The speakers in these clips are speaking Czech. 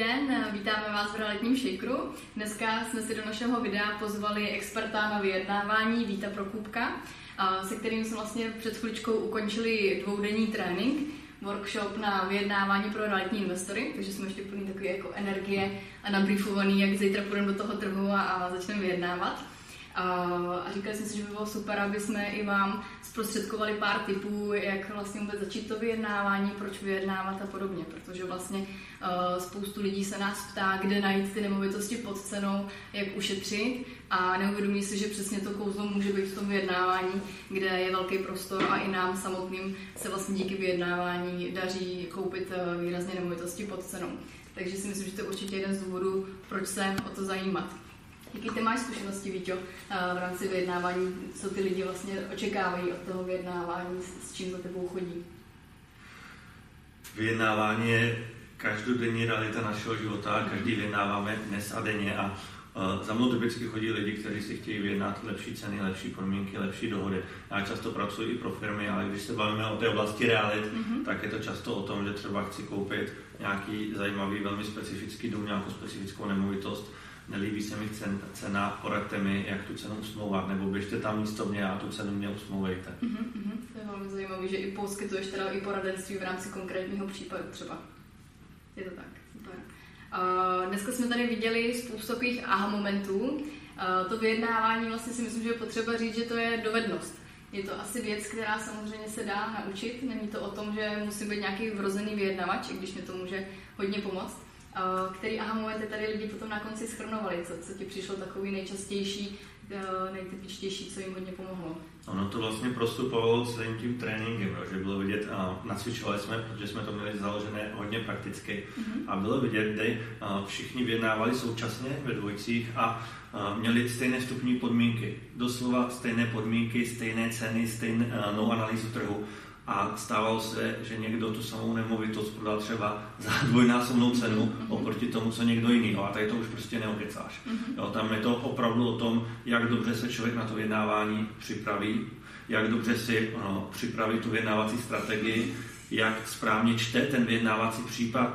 den, vítáme vás v realitním shakeru. Dneska jsme si do našeho videa pozvali experta na vyjednávání Víta Prokůpka, se kterým jsme vlastně před chvíličkou ukončili dvoudenní trénink, workshop na vyjednávání pro realitní investory, takže jsme ještě plný takové jako energie a nabriefovaný, jak zítra půjdeme do toho trhu a začneme vyjednávat. A říkali jsme si, že by bylo super, aby jsme i vám zprostředkovali pár tipů, jak vlastně vůbec začít to vyjednávání, proč vyjednávat a podobně, protože vlastně spoustu lidí se nás ptá, kde najít ty nemovitosti pod cenou, jak ušetřit a neuvědomí si, že přesně to kouzlo může být v tom vyjednávání, kde je velký prostor a i nám samotným se vlastně díky vyjednávání daří koupit výrazně nemovitosti pod cenou. Takže si myslím, že to je určitě jeden z důvodů, proč se o to zajímat. Jaký ty máš zkušenosti, Víťo, v rámci vyjednávání, co ty lidi vlastně očekávají od toho vyjednávání, s čím za tebou chodí? Vyjednávání je každodenní realita našeho života, každý vyjednáváme dnes a denně a za mnou typicky chodí lidi, kteří si chtějí vyjednat lepší ceny, lepší podmínky, lepší dohody. Já často pracuji i pro firmy, ale když se bavíme o té oblasti realit, tak je to často o tom, že třeba chci koupit nějaký zajímavý, velmi specifický dům, nějakou specifickou nemovitost. Nelíbí se mi cena, poraďte mi, jak tu cenu usmlouvat, nebo běžte tam místo mě a tu cenu mě usmlouvejte. To je velmi zajímavé, že i poskytuješ teda i poradenství v rámci konkrétního případu třeba. Je to tak, super. Dneska jsme tady viděli spoustu takových aha momentů. To vyjednávání vlastně si myslím, že je potřeba říct, že to je dovednost. Je to asi věc, která samozřejmě se dá naučit. Není to o tom, že musí být nějaký vrozený vyjednavač, i když mi to může hodně pomoct. Který aha momenty tady lidi potom na konci shrnovali, co ti přišlo takový nejčastější, nejtypičtější, co jim hodně pomohlo? Ono to vlastně prostupovalo celým tím tréninkem, že bylo vidět, nacvičovali jsme, protože jsme to měli založené hodně prakticky a bylo vidět, že všichni vyjednávali současně ve dvojicích a měli stejné vstupní podmínky, doslova stejné podmínky, stejné ceny, stejnou analýzu trhu. A stávalo se, že někdo tu samou nemovitost prodal třeba za dvojnásobnou cenu oproti tomu, co někdo jiný. A tady to už prostě neokecáš. Jo, tam je to opravdu o tom, jak dobře se člověk na to vyjednávání připraví, jak dobře si připraví tu vyjednávací strategii, jak správně čte ten vyjednávací případ,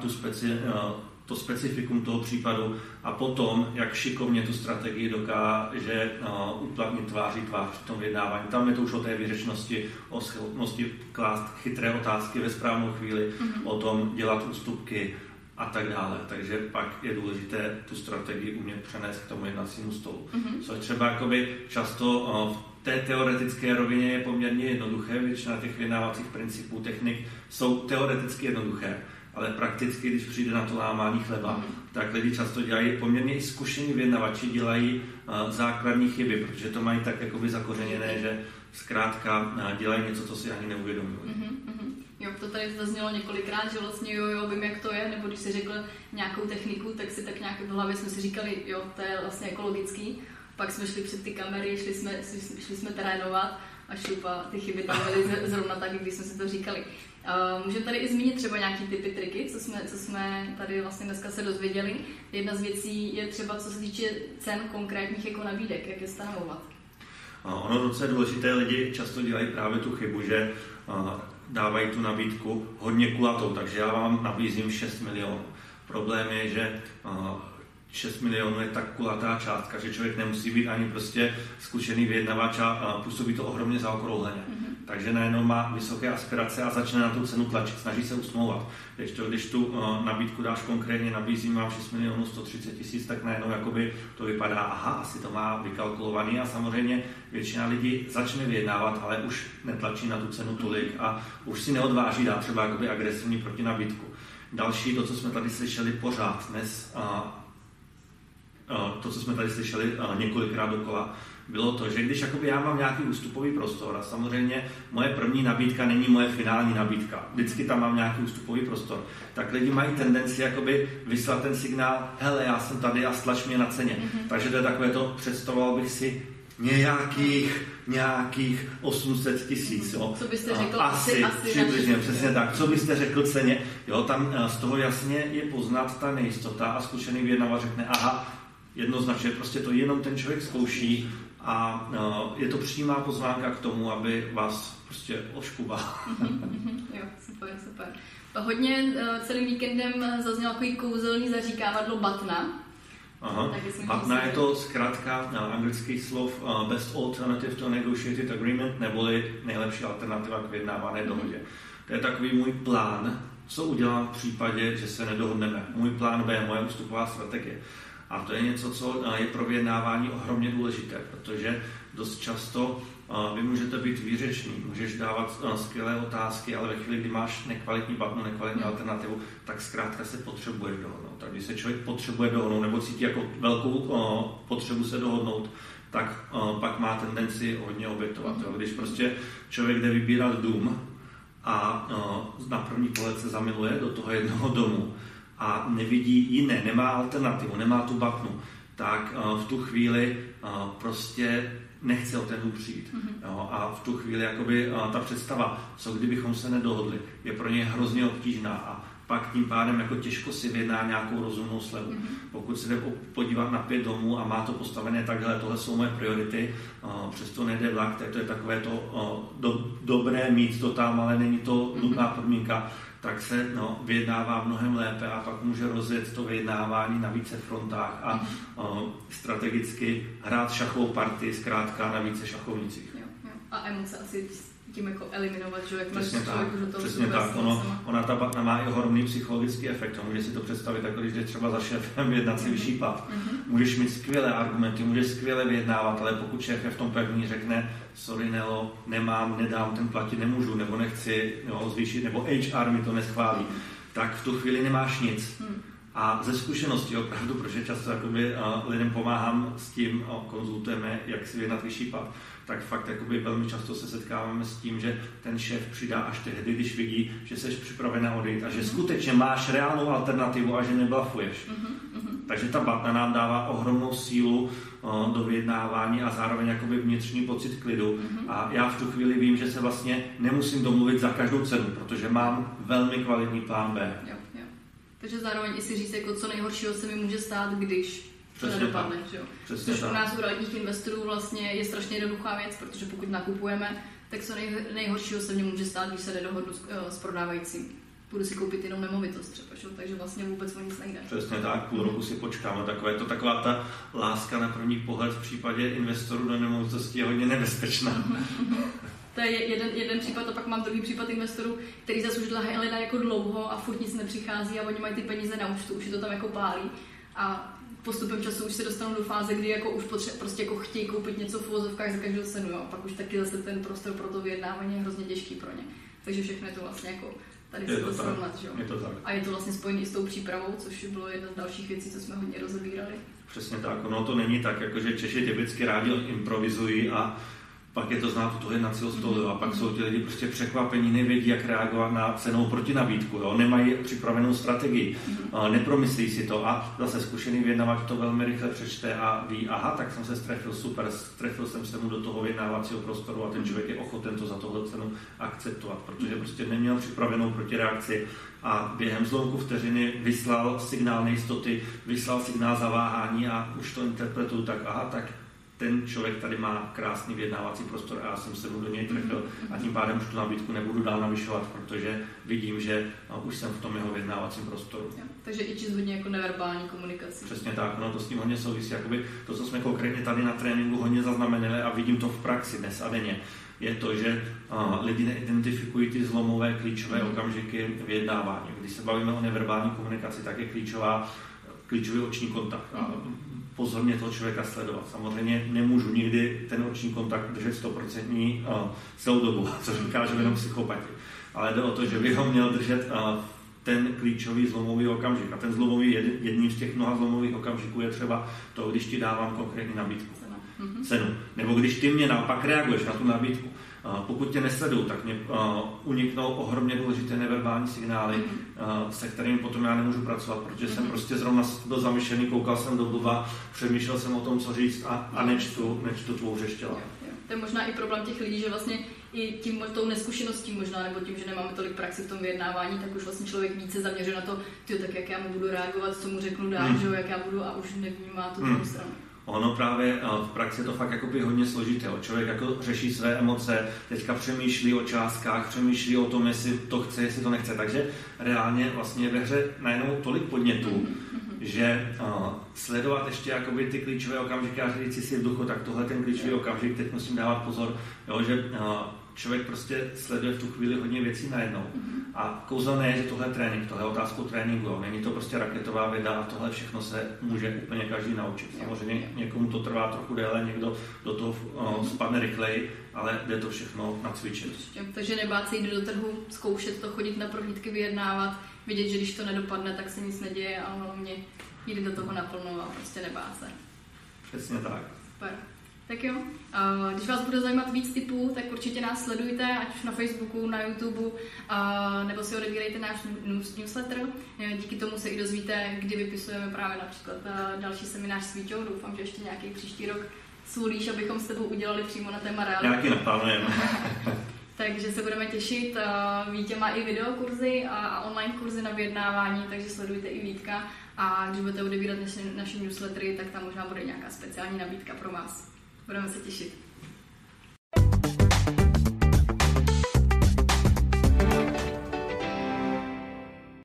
to specifikum toho případu a potom, jak šikovně tu strategii dokáže uplatnit tváří tvář v tom vyjednávání. Tam je to už o té výřečnosti, o schopnosti klást chytré otázky ve správnou chvíli, o tom dělat ústupky a tak dále. Takže pak je důležité tu strategii umět přenést k tomu jednacímu stolu. Což třeba jakoby často v té teoretické rovině je poměrně jednoduché, většina těch vyjednávacích principů, technik jsou teoreticky jednoduché, ale prakticky, když přijde na to lámání chleba, tak lidi často dělají, poměrně i zkušení vyjednavači dělají základní chyby, protože to mají tak jakoby zakořeněné, že zkrátka dělají něco, co si ani neuvědomují. Jo, to tady zaznělo několikrát, že vlastně jo, vím, jak to je, nebo když si řekl nějakou techniku, tak si tak nějak v hlavě jsme si říkali, jo, to je vlastně ekologický. Pak jsme šli před ty kamery, šli jsme trénovat a šupa, ty chyby tam byly zrovna tak, když jsme si to říkali. Můžeme tady i zmínit třeba nějaký typy, triky, co jsme tady vlastně dneska se dozvěděli. Jedna z věcí je třeba, co se týče cen konkrétních jako nabídek, jak je stanovovat. Ono docela důležité, lidi často dělají právě tu chybu, že dávají tu nabídku hodně kulatou, takže já vám nabízím 6 milionů. Problém je, že 6 milionů je tak kulatá částka, že člověk nemusí být ani prostě zkušený vyjednavač a působí to ohromně zaokrouhleně. Takže najednou má vysoké aspirace a začne na tu cenu tlačit, snaží se usmlouvat. Když tu nabídku dáš konkrétně, nabízím vám 6 milionů 130 tisíc, tak najednou jakoby to vypadá, aha, asi to má vykalkulovaný a samozřejmě většina lidí začne vyjednávat, ale už netlačí na tu cenu tolik a už si neodváží dát třeba jakoby agresivní protinabídku. Další, to, co jsme tady slyšeli pořád dnes, to, co jsme tady slyšeli několikrát dokola, bylo to, že když jakoby já mám nějaký ústupový prostor a samozřejmě moje první nabídka není moje finální nabídka, vždycky tam mám nějaký ústupový prostor, tak lidi mají tendenci jakoby vyslat ten signál, hele, já jsem tady a stlač mě na ceně. Takže to je takové to, představoval bych si nějakých 800 tisíc. Co byste řekl? Asi přibližně, přesně tak. Co byste řekl ceně? Jo, tam z toho jasně je poznat ta nejistota a zkušený vyjednavač řekne, aha, jednoznačně, prostě to jenom ten člověk zkouší a je to přímá pozvánka k tomu, aby vás prostě oškuba. Jo, super. Hodně celým víkendem zaznělo takový kouzelný zaříkávadlo BATNA. Aha. BATNA je to zkrátka anglických slov Best Alternative to Negotiated Agreement, neboli nejlepší alternativa k vyjednávané dohodě. To je takový můj plán, co udělám v případě, že se nedohodneme. Můj plán B, moje ústupová strategie. A to je něco, co je pro vyjednávání ohromně důležité, protože dost často vy můžete být výřečný, můžeš dávat skvělé otázky, ale ve chvíli, kdy máš nekvalitní BATNu, nekvalitní alternativu, tak zkrátka se potřebuješ dohodnout. Tak když se člověk potřebuje dohodnout nebo cítí jako velkou potřebu se dohodnout, tak pak má tendenci hodně obětovat. Když prostě člověk jde vybírat dům a na první pohled se zamiluje do toho jednoho domu a nevidí jiné, nemá alternativu, nemá tu BATNu, tak v tu chvíli prostě nechce o ten dům přijít. Jo, a v tu chvíli jakoby, ta představa, co kdybychom se nedohodli, je pro ně hrozně obtížná a pak tím pádem jako těžko si vyjedná nějakou rozumnou slevu. Pokud se jde podívat na 5 domů a má to postavené takhle, tohle jsou moje priority, přesto nejde vlak, tak to je takové to dobré mít to tam, ale není to nutná podmínka, tak se vyjednává mnohem lépe a pak může rozjet to vyjednávání na více frontách a strategicky hrát šachovou partii zkrátka na více šachovnicích. Jo. A emoce asi tím jako eliminovat, že jak přesně tak. Ona ta BATNa má i ohromný psychologický efekt. Můžeš si to představit, jako když jdeš třeba za šéfem vyjednat si vyšší plat. Můžeš mít skvělé argumenty, můžeš skvěle vyjednávat, ale pokud šéf v tom pevný řekne, sorry Nelo, nemám, nedám, ten platit nemůžu, nebo nechci zvýšit, nebo HR mi to neschválí, tak v tu chvíli nemáš nic. A ze zkušenosti opravdu, protože často lidem pomáhám s tím, konzultujeme, jak si vyjednat vyšší plat, tak fakt velmi často se setkáváme s tím, že ten šéf přidá až tehdy, když vidí, že jsi připravená odejít a že skutečně máš reálnou alternativu a že neblafuješ. Takže ta BATNa nám dává ohromnou sílu do vyjednávání a zároveň vnitřní pocit klidu. A já v tu chvíli vím, že se vlastně nemusím domluvit za každou cenu, protože mám velmi kvalitní plán B. Jo. Takže zároveň i si říct, co nejhoršího se mi může stát, když to nedopadne. Což u nás u realitních investorů vlastně je strašně jednoduchá věc, protože pokud nakupujeme, tak co nejhoršího se mně může stát, když se nedohodnu s prodávajícím. Budu si koupit jenom nemovitost třeba, takže vlastně vůbec o nic nejde. Přesně tak, půl roku si počkáme. Taková ta láska na první pohled v případě investorů do nemovitosti je hodně nebezpečná. To je jeden případ a pak mám druhý případ investorů, který zase už hledá jako dlouho a furt nic nepřichází a oni mají ty peníze na účtu, už je to tam jako pálí. A postupem času už se dostanou do fáze, kdy už prostě chtějí koupit něco v uvozovkách za každou cenu. A pak už taky zase ten prostor pro to vyjednávání je hrozně těžký pro ně. Takže všechno je to vlastně tady se to srovnat. A je to vlastně spojené s tou přípravou, což bylo jedna z dalších věcí, co jsme hodně rozebírali. Přesně tak, ono to není tak, že Češi typicky rádi improvizují a pak je to znát u toho jednacího stolu a pak jsou ti lidi prostě překvapení, nevědí, jak reagovat na cenou protinabídku, nemají připravenou strategii, nepromyslí si to a zase zkušený vyjednavač to velmi rychle přečte a ví, aha, tak jsem se strefil, super, strefil jsem se mu do toho vyjednávacího prostoru a ten člověk je ochoten to za tohle cenu akceptovat, protože prostě neměl připravenou protireakci a během zlomku vteřiny vyslal signál nejistoty, vyslal signál zaváhání a už to interpretuju tak, aha, tak ten člověk tady má krásný vyjednávací prostor a já jsem se mu do něj trefil a tím pádem už tu nabídku nebudu dál navyšovat, protože vidím, že už jsem v tom jeho vyjednávacím prostoru. Jo, takže i čist hodně jako neverbální komunikace. Přesně tak, to s tím hodně souvisí. To, co jsme konkrétně tady na tréninku hodně zaznamenali a vidím to v praxi dnes a denně, je to, že lidi neidentifikují ty zlomové klíčové okamžiky vyjednávání. Když se bavíme o neverbální komunikaci, tak je klíčový oční kontakt. Pozorně toho člověka sledovat. Samozřejmě nemůžu nikdy ten oční kontakt držet 100% celou dobu, což ukážeme jenom psychopati. Ale jde o to, že bych ho měl držet ten klíčový zlomový okamžik. A ten zlomový, jedním z těch mnoha zlomových okamžiků je třeba to, když ti dávám konkrétní nabídku. Cenu. Nebo když ty mě naopak reaguješ na tu nabídku. Pokud tě nesledují, tak mě uniknou ohromně důležité neverbální signály, se kterými potom já nemůžu pracovat, protože jsem prostě zrovna byl zamyšlený, koukal jsem do blba, přemýšlel jsem o tom, co říct a nečtu tvou řeštěla. To je možná i problém těch lidí, že vlastně i tím tou neskušeností možná, nebo tím, že nemáme tolik praxi v tom vyjednávání, tak už vlastně člověk více zaměřuje na to, tak jak já mu budu reagovat, co mu řeknu dál, že jak já budu a už nevnímá tu druhou stranu. Ono právě v praxi je to fakt jakoby hodně složité. Člověk jako řeší své emoce, teďka přemýšlí o částkách, přemýšlí o tom, jestli to chce, jestli to nechce. Takže reálně vlastně ve hře najednou tolik podnětů, že sledovat ještě jakoby ty klíčové okamžiky a říct si v duchu, tak tohle ten klíčový okamžik, teď musím dávat pozor, jo, že člověk prostě sleduje v tu chvíli hodně věcí najednou. A kouzelné je, že tohle je trénink, tohle je otázkou tréninku. Jo. Není to prostě raketová věda a tohle všechno se může úplně každý naučit. Samozřejmě někomu to trvá trochu déle, někdo do toho spadne rychleji, ale jde to všechno nacvičit. Takže nebát se jít do trhu, zkoušet to, chodit na prohlídky, vyjednávat, vidět, že když to nedopadne, tak se nic neděje a hlavně jít do toho naplno a prostě nebát se. Přesně tak. Super. Tak jo, když vás bude zajímat víc tipů, tak určitě nás sledujte, ať už na Facebooku, na YouTube, nebo si odebírejte náš newsletter. Díky tomu se i dozvíte, kdy vypisujeme právě například další seminář s Víťou. Doufám, že ještě nějaký příští rok sůlíš, abychom s tebou udělali přímo na téma reality. Nějaký naplánujeme. Takže se budeme těšit. Vítě má i videokurzy a online kurzy na vyjednávání, takže sledujte i Vítka. A když budete odebírat naše newslettery, tak tam možná bude nějaká speciální nabídka pro vás. Budeme se těšit.